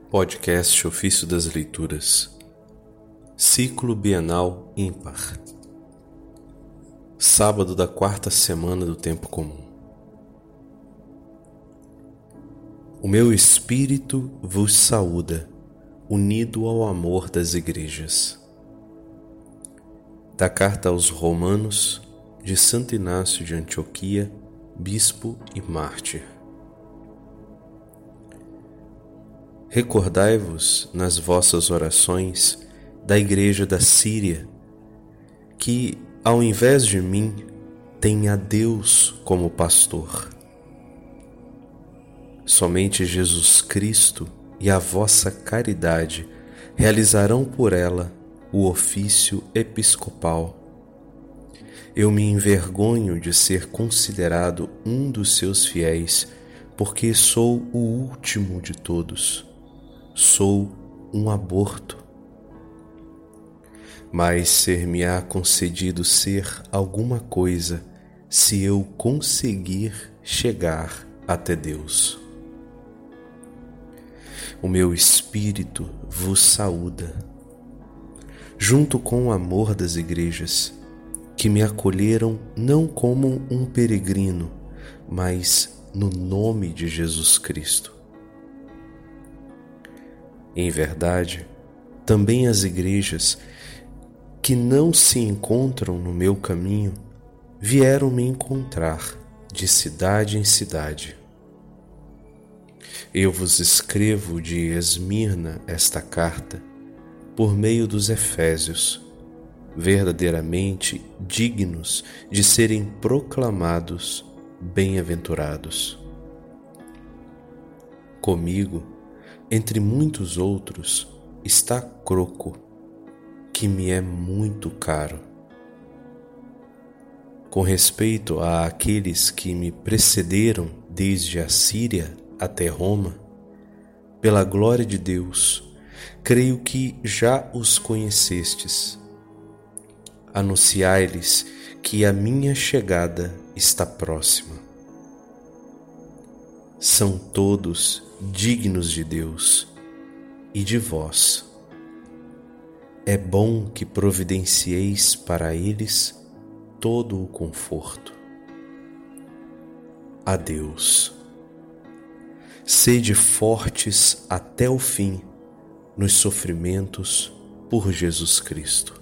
Podcast Ofício das Leituras, Ciclo Bienal Ímpar, sábado da quarta semana do Tempo Comum. O meu espírito vos saúda, unido ao amor das igrejas. Da Carta aos Romanos, de Santo Inácio de Antioquia, Bispo e Mártir. Recordai-vos nas vossas orações da Igreja da Síria, que, ao invés de mim, tem a Deus como pastor. Somente Jesus Cristo e a vossa caridade realizarão por ela o ofício episcopal. Eu me envergonho de ser considerado um dos seus fiéis, porque sou o último de todos. Sou um aborto. Mas ser-me-á concedido ser alguma coisa se eu conseguir chegar até Deus. O meu espírito vos saúda, junto com o amor das igrejas, que me acolheram não como um peregrino, mas no nome de Jesus Cristo. Em verdade, também as igrejas que não se encontram no meu caminho vieram me encontrar de cidade em cidade. Eu vos escrevo de Esmirna esta carta por meio dos Efésios, verdadeiramente dignos de serem proclamados bem-aventurados. Comigo, entre muitos outros, está Croco, que me é muito caro. Com respeito àqueles que me precederam desde a Síria até Roma, pela glória de Deus, creio que já os conhecestes. Anunciai-lhes que a minha chegada está próxima. São todos dignos de Deus e de vós. É bom que providencieis para eles todo o conforto. Adeus. Sede fortes até o fim nos sofrimentos por Jesus Cristo.